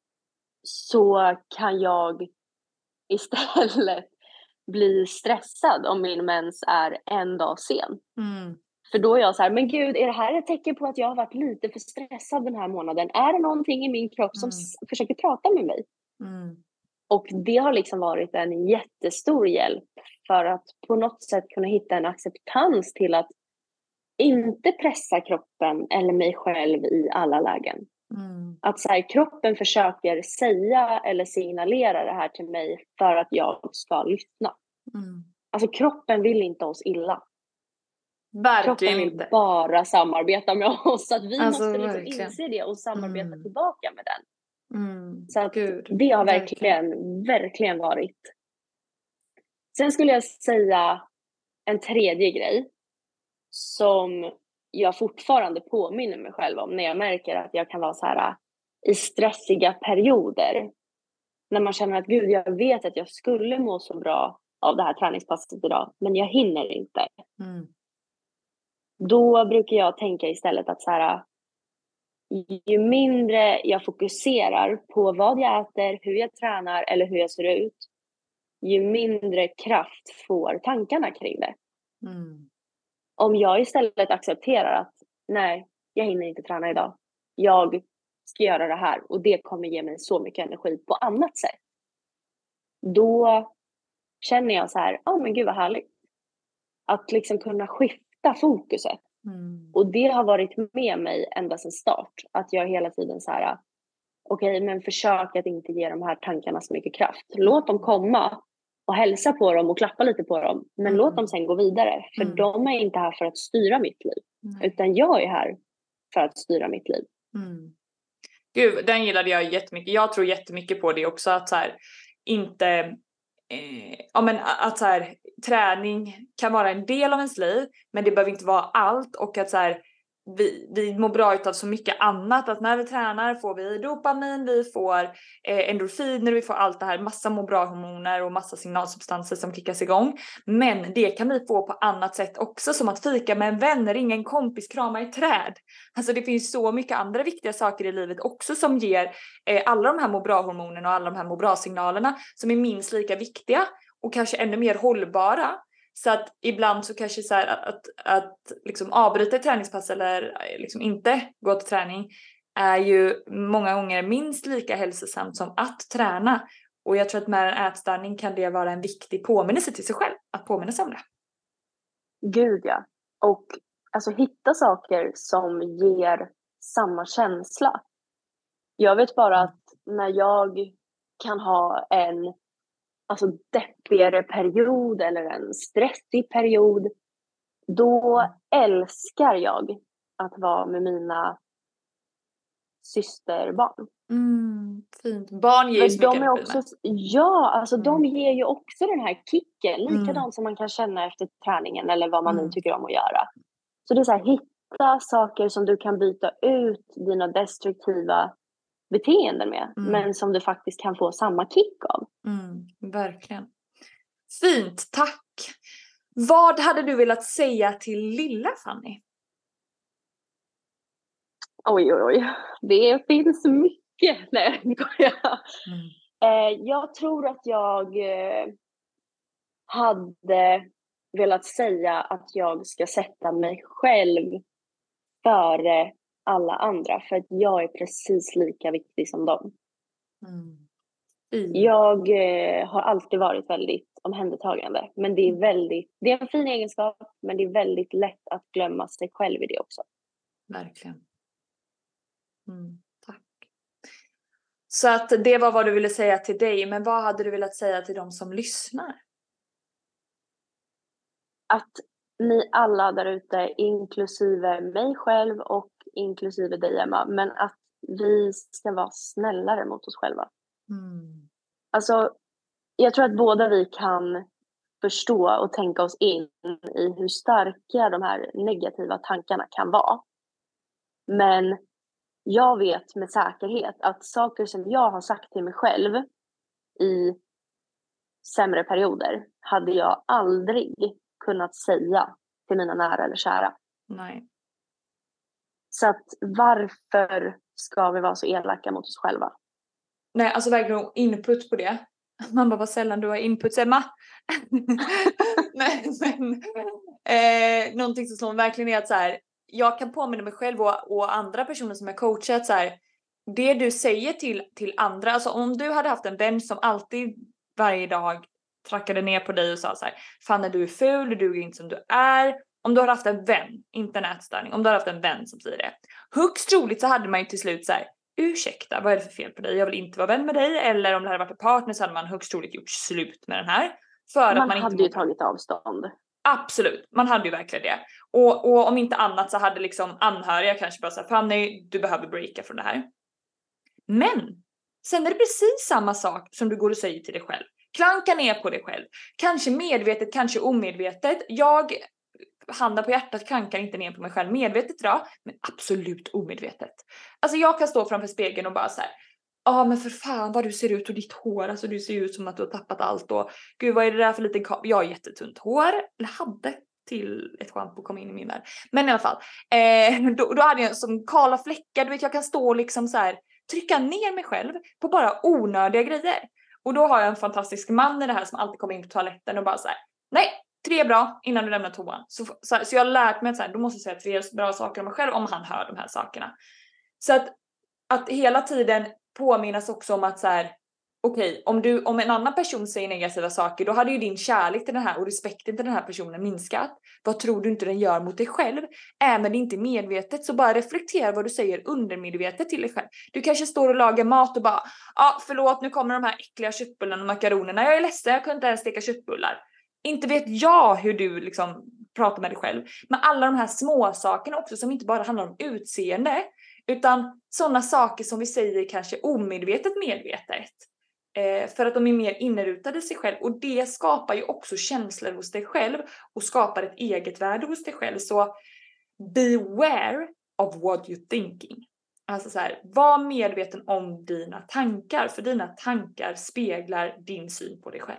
så kan jag istället bli stressad om min mens är en dag sen. Mm. För då är jag så här, men gud, är det här ett tecken på att jag har varit lite för stressad den här månaden? Är det någonting i min kropp som mm. s- försöker prata med mig? Mm. Och det har liksom varit en jättestor hjälp för att på något sätt kunna hitta en acceptans till att inte pressa kroppen eller mig själv i alla lägen. Mm. Att så här, kroppen försöker säga eller signalera det här till mig för att jag ska lyssna. Mm. Alltså kroppen vill inte oss illa. Verkligen kroppen vill inte. bara samarbeta med oss. Så att vi alltså, måste liksom verkligen. inse det och samarbeta mm. tillbaka med den. Mm. Så att Gud, det har verkligen, verkligen, verkligen varit. Sen skulle jag säga en tredje grej som jag fortfarande påminner mig själv om när jag märker att jag kan vara så här i stressiga perioder. När man känner att gud, jag vet att jag skulle må så bra av det här träningspasset idag, men jag hinner inte. Mm. Då brukar jag tänka istället att så här, ju mindre jag fokuserar på vad jag äter, hur jag tränar eller hur jag ser ut, ju mindre kraft får tankarna kring det. Mm. Om jag istället accepterar att nej, jag hinner inte träna idag. Jag ska göra det här och det kommer ge mig så mycket energi på annat sätt. Då känner jag så här, ja oh, men gud vad härligt. Att liksom kunna skifta fokuset. Mm. Och det har varit med mig ända sedan start. Att jag hela tiden så här, okej okay, men försök att inte ge de här tankarna så mycket kraft. Låt dem komma och hälsa på dem och klappa lite på dem. Men mm. låt dem sen gå vidare. För mm. de är inte här för att styra mitt liv. Nej. Utan jag är här för att styra mitt liv. Mm. Gud, den gillade jag jättemycket. Jag tror jättemycket på det också. Att så här, inte... Eh, ja, men att så här, träning kan vara en del av ens liv. Men det behöver inte vara allt. Och att så här... Vi, vi mår bra utav så mycket annat. Att när vi tränar får vi dopamin, vi får eh, endorfiner, vi får allt det här. Massa må bra hormoner och massa signalsubstanser som kickas igång. Men det kan vi få på annat sätt också. Som att fika med en vän, ringa en kompis, krama i träd. Alltså det finns så mycket andra viktiga saker i livet också. Som ger eh, alla de här må bra hormonerna och alla de här må bra signalerna. Som är minst lika viktiga. Och kanske ännu mer hållbara. Så att ibland så kanske så här att, att, att liksom avbryta ett träningspass eller liksom inte gå till träning är ju många gånger minst lika hälsosamt som att träna. Och jag tror att med en ätstörning kan det vara en viktig påminnelse till sig själv. Att påminna sig om det. Gud ja. Och alltså hitta saker som ger samma känsla. Jag vet bara att när jag kan ha en alltså deppigare period eller en stressig period, då älskar jag att vara med mina systerbarn. Mm, fint. Barn ger ju så mycket de är också, Ja, alltså mm. de ger ju också den här kicken, likadant mm. som man kan känna efter träningen eller vad man mm. nu tycker om att göra. Så det är så här, hitta saker som du kan byta ut dina destruktiva beteenden med, mm. men som du faktiskt kan få samma kick av. Mm, verkligen. Fint, tack. Vad hade du velat säga till lilla Fanny? Oj, oj, oj. Det finns mycket. Nej, jag mm. eh, Jag tror att jag eh, hade velat säga att jag ska sätta mig själv före alla andra. För att jag är precis lika viktig som dem. Mm. Mm. Jag eh, har alltid varit väldigt omhändertagande. Men det är väldigt, det är en fin egenskap. Men det är väldigt lätt att glömma sig själv i det också. Verkligen. Mm, tack. Så att det var vad du ville säga till dig. Men vad hade du velat säga till de som lyssnar? Att ni alla där ute, inklusive mig själv och inklusive dig Emma, men att vi ska vara snällare mot oss själva. Mm. Alltså, jag tror att båda vi kan förstå och tänka oss in i hur starka de här negativa tankarna kan vara. Men jag vet med säkerhet att saker som jag har sagt till mig själv i sämre perioder hade jag aldrig kunnat säga till mina nära eller kära. Nej. Så att varför ska vi vara så elaka mot oss själva? Nej, alltså verkligen input på det. Man bara, vad sällan du har input, Emma. Nej, men eh, någonting som, som verkligen är att så här, jag kan påminna mig själv och, och andra personer som jag coachat så här, det du säger till, till andra, alltså om du hade haft en vän som alltid varje dag trackade ner på dig och sa så här, fan är du är ful, du duger inte som du är. Om du hade haft en vän, inte en ätstörning, om du hade haft en vän som säger det. Högst troligt så hade man ju till slut så här, ursäkta, vad är det för fel på dig? Jag vill inte vara vän med dig. Eller om det hade varit en partner så hade man högst troligt gjort slut med den här. För man, att man hade inte ju tagit avstånd. Absolut, man hade ju verkligen det. Och, och om inte annat så hade liksom anhöriga kanske bara sagt, Fanny, du behöver breaka från det här. Men sen är det precis samma sak som du går och säger till dig själv. Klanka ner på dig själv. Kanske medvetet, kanske omedvetet. Jag, handen på hjärtat, klankar inte ner på mig själv medvetet idag. Men absolut omedvetet. Alltså jag kan stå framför spegeln och bara så här. Ja, ah, men för fan vad du ser ut och ditt hår. Alltså du ser ut som att du har tappat allt. Och gud, vad är det där för liten kap? Jag har jättetunt hår. Eller hade till ett schampo kom in i min värld. Men i alla fall. Eh, då, då hade jag som kala fläckar. Du vet, jag kan stå och liksom så här. Trycka ner mig själv på bara onödiga grejer. Och då har jag en fantastisk man i det här som alltid kommer in på toaletten och bara så här. Nej, tre bra innan du lämnar toan. Så, så, så jag har lärt mig att så här, då måste jag säga tre bra saker om mig själv om han hör de här sakerna. Så att, att hela tiden påminnas också om att så här, okej, okay, om, du, om en annan person säger negativa saker, då hade ju din kärlek till den här och respekten till den här personen minskat. Vad tror du inte den gör mot dig själv? Även det inte är medvetet, så bara reflektera vad du säger undermedvetet till dig själv. Du kanske står och lagar mat och bara, ja ah, förlåt, nu kommer de här äckliga köttbullarna och makaronerna. Jag är ledsen, jag kunde inte ens steka köttbullar. Inte vet jag hur du liksom pratar med dig själv. Men alla de här små sakerna också som inte bara handlar om utseende, utan sådana saker som vi säger kanske omedvetet medvetet. Eh, för att de är mer inrutade i sig själv. Och det skapar ju också känslor hos dig själv. Och skapar ett eget värde hos dig själv. Så beware of what you're thinking. Alltså så här, var medveten om dina tankar. För dina tankar speglar din syn på dig själv.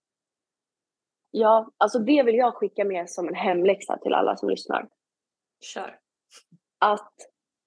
Ja, alltså det vill jag skicka med som en hemläxa till alla som lyssnar. Kör. Att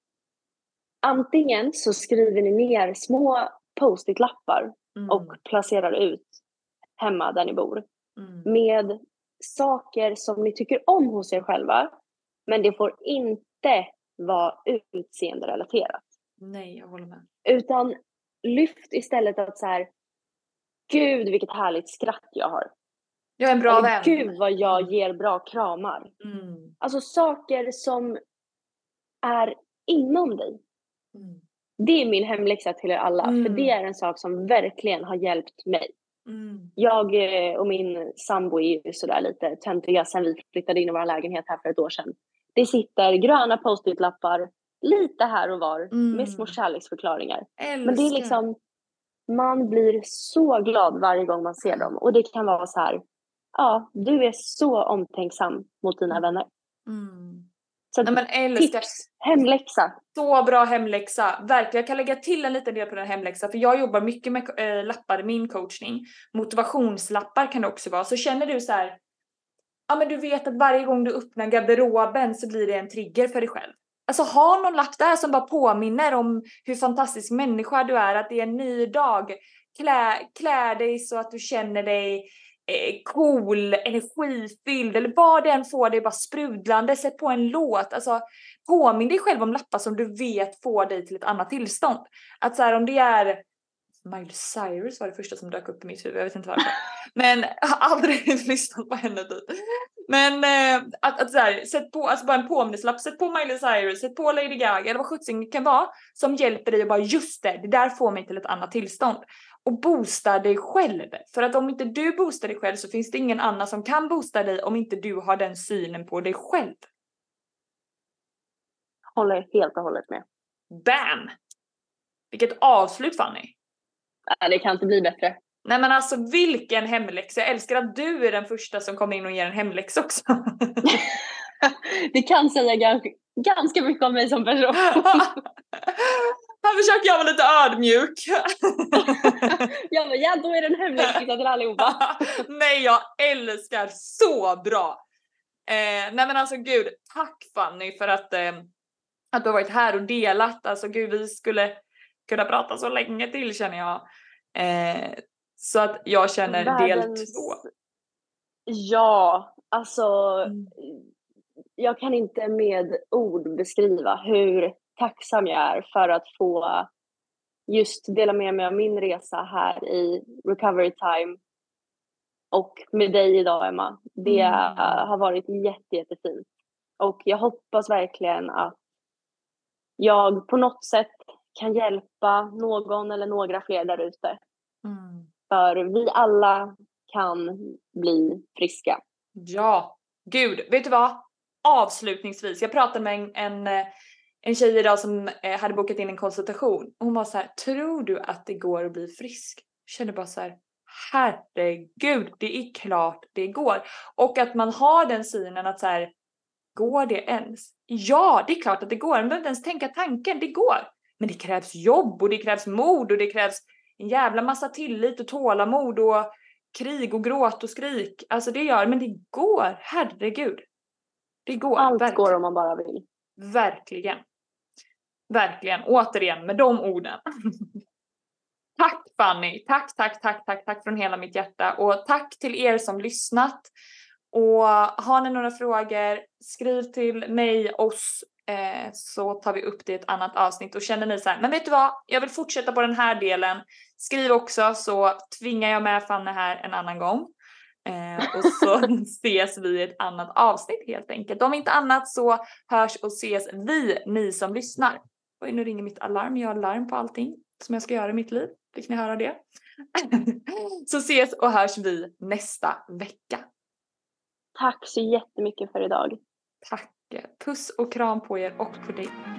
antingen så skriver ni ner små post-it-lappar mm. och placerar ut hemma där ni bor. Mm. Med saker som ni tycker om hos er själva. Men det får inte vara utseende-relaterat. Nej, jag håller med. Utan lyft istället att så här, gud vilket härligt skratt jag har. Jag är en bra Eller, vän. Gud vad jag mm. ger bra kramar. Mm. Alltså saker som är inom dig. Mm. Det är min hemläxa till er alla. Mm. För det är en sak som verkligen har hjälpt mig. Mm. Jag och min sambo är ju sådär lite töntiga sen vi flyttade in i vår lägenhet här för ett år sedan. Det sitter gröna post-it-lappar lite här och var mm. med små kärleksförklaringar. Älskar. Men det är liksom, man blir så glad varje gång man ser dem. Och det kan vara så här, ja, du är så omtänksam mot dina vänner. Mm. Så nej, men älskar. Tips, hemläxa. Så bra hemläxa. Verkligen, jag kan lägga till en liten del på den hemläxa. För jag jobbar mycket med äh, lappar i min coachning. Motivationslappar kan det också vara. Så känner du så här, ja men du vet att varje gång du öppnar garderoben så blir det en trigger för dig själv. Alltså ha någon lapp där som bara påminner om hur fantastisk människa du är. Att det är en ny dag. Klä, klä dig så att du känner dig cool, energifylld eller vad det än får dig bara sprudlande. Sätt på en låt. Alltså påminn dig själv om lappar som du vet får dig till ett annat tillstånd. Att så här, om det är Miley Cyrus var det första som dök upp i mitt huvud. Jag vet inte varför. Men jag har aldrig lyssnat på henne typ. Men eh, att, att så här, sätt på, alltså bara en påminnelselapp. Sätt på Miley Cyrus, sätt på Lady Gaga eller vad sjuttsing kan vara. Som hjälper dig att bara just det, det där får mig till ett annat tillstånd. Och boosta dig själv. För att om inte du boostar dig själv så finns det ingen annan som kan boosta dig om inte du har den synen på dig själv. Håller helt och hållet med. Bam! Vilket avslut, Fanny. Nej, det kan inte bli bättre. Nej men alltså vilken hemläxa. Jag älskar att du är den första som kommer in och ger en hemläxa också. Det kan säga ganska, ganska mycket om mig som person. Här försöker jag vara lite ödmjuk. Ja, men ja, då är det en hemläxa till allihopa. Nej, jag älskar så bra. Eh, nej men alltså gud, tack Fanny för att, eh, att du har varit här och delat. Alltså gud, vi skulle kunna prata så länge till känner jag. Eh, så att jag känner Världens... del två. Ja, alltså mm. jag kan inte med ord beskriva hur tacksam jag är för att få just dela med mig av min resa här i Recovery Time och med dig idag, Emma. Det mm. har varit jätte, jättefint. Och jag hoppas verkligen att jag på något sätt kan hjälpa någon eller några fler där ute. Mm. För vi alla kan bli friska. Ja, gud, vet du vad? Avslutningsvis, jag pratade med en, en, en tjej idag som hade bokat in en konsultation. Hon var så här, tror du att det går att bli frisk? Jag kände bara så här, herregud, det är klart det går. Och att man har den synen att så här, går det ens? Ja, det är klart att det går. Man behöver inte ens tänka tanken, det går. Men det krävs jobb och det krävs mod och det krävs en jävla massa tillit och tålamod och krig och gråt och skrik. Alltså det gör, men det går, herregud. Det går. Allt verkligen. Går om man bara vill. Verkligen. Verkligen. Återigen med de orden. Tack Fanny. Tack, tack, tack, tack, tack från hela mitt hjärta. Och tack till er som lyssnat. Och har ni några frågor, skriv till mig, oss, eh, så tar vi upp det i ett annat avsnitt. Och känner ni så här, men vet du vad, jag vill fortsätta på den här delen. Skriv också, så tvingar jag med Fanny här en annan gång. Eh, och så ses vi i ett annat avsnitt helt enkelt. Om inte annat så hörs och ses vi, ni som lyssnar. Oj, nu ringer mitt alarm. Jag har larm på allting som jag ska göra i mitt liv. Fick ni höra det? Så ses och hörs vi nästa vecka. Tack så jättemycket för idag. Tack. Puss och kram på er och på dig.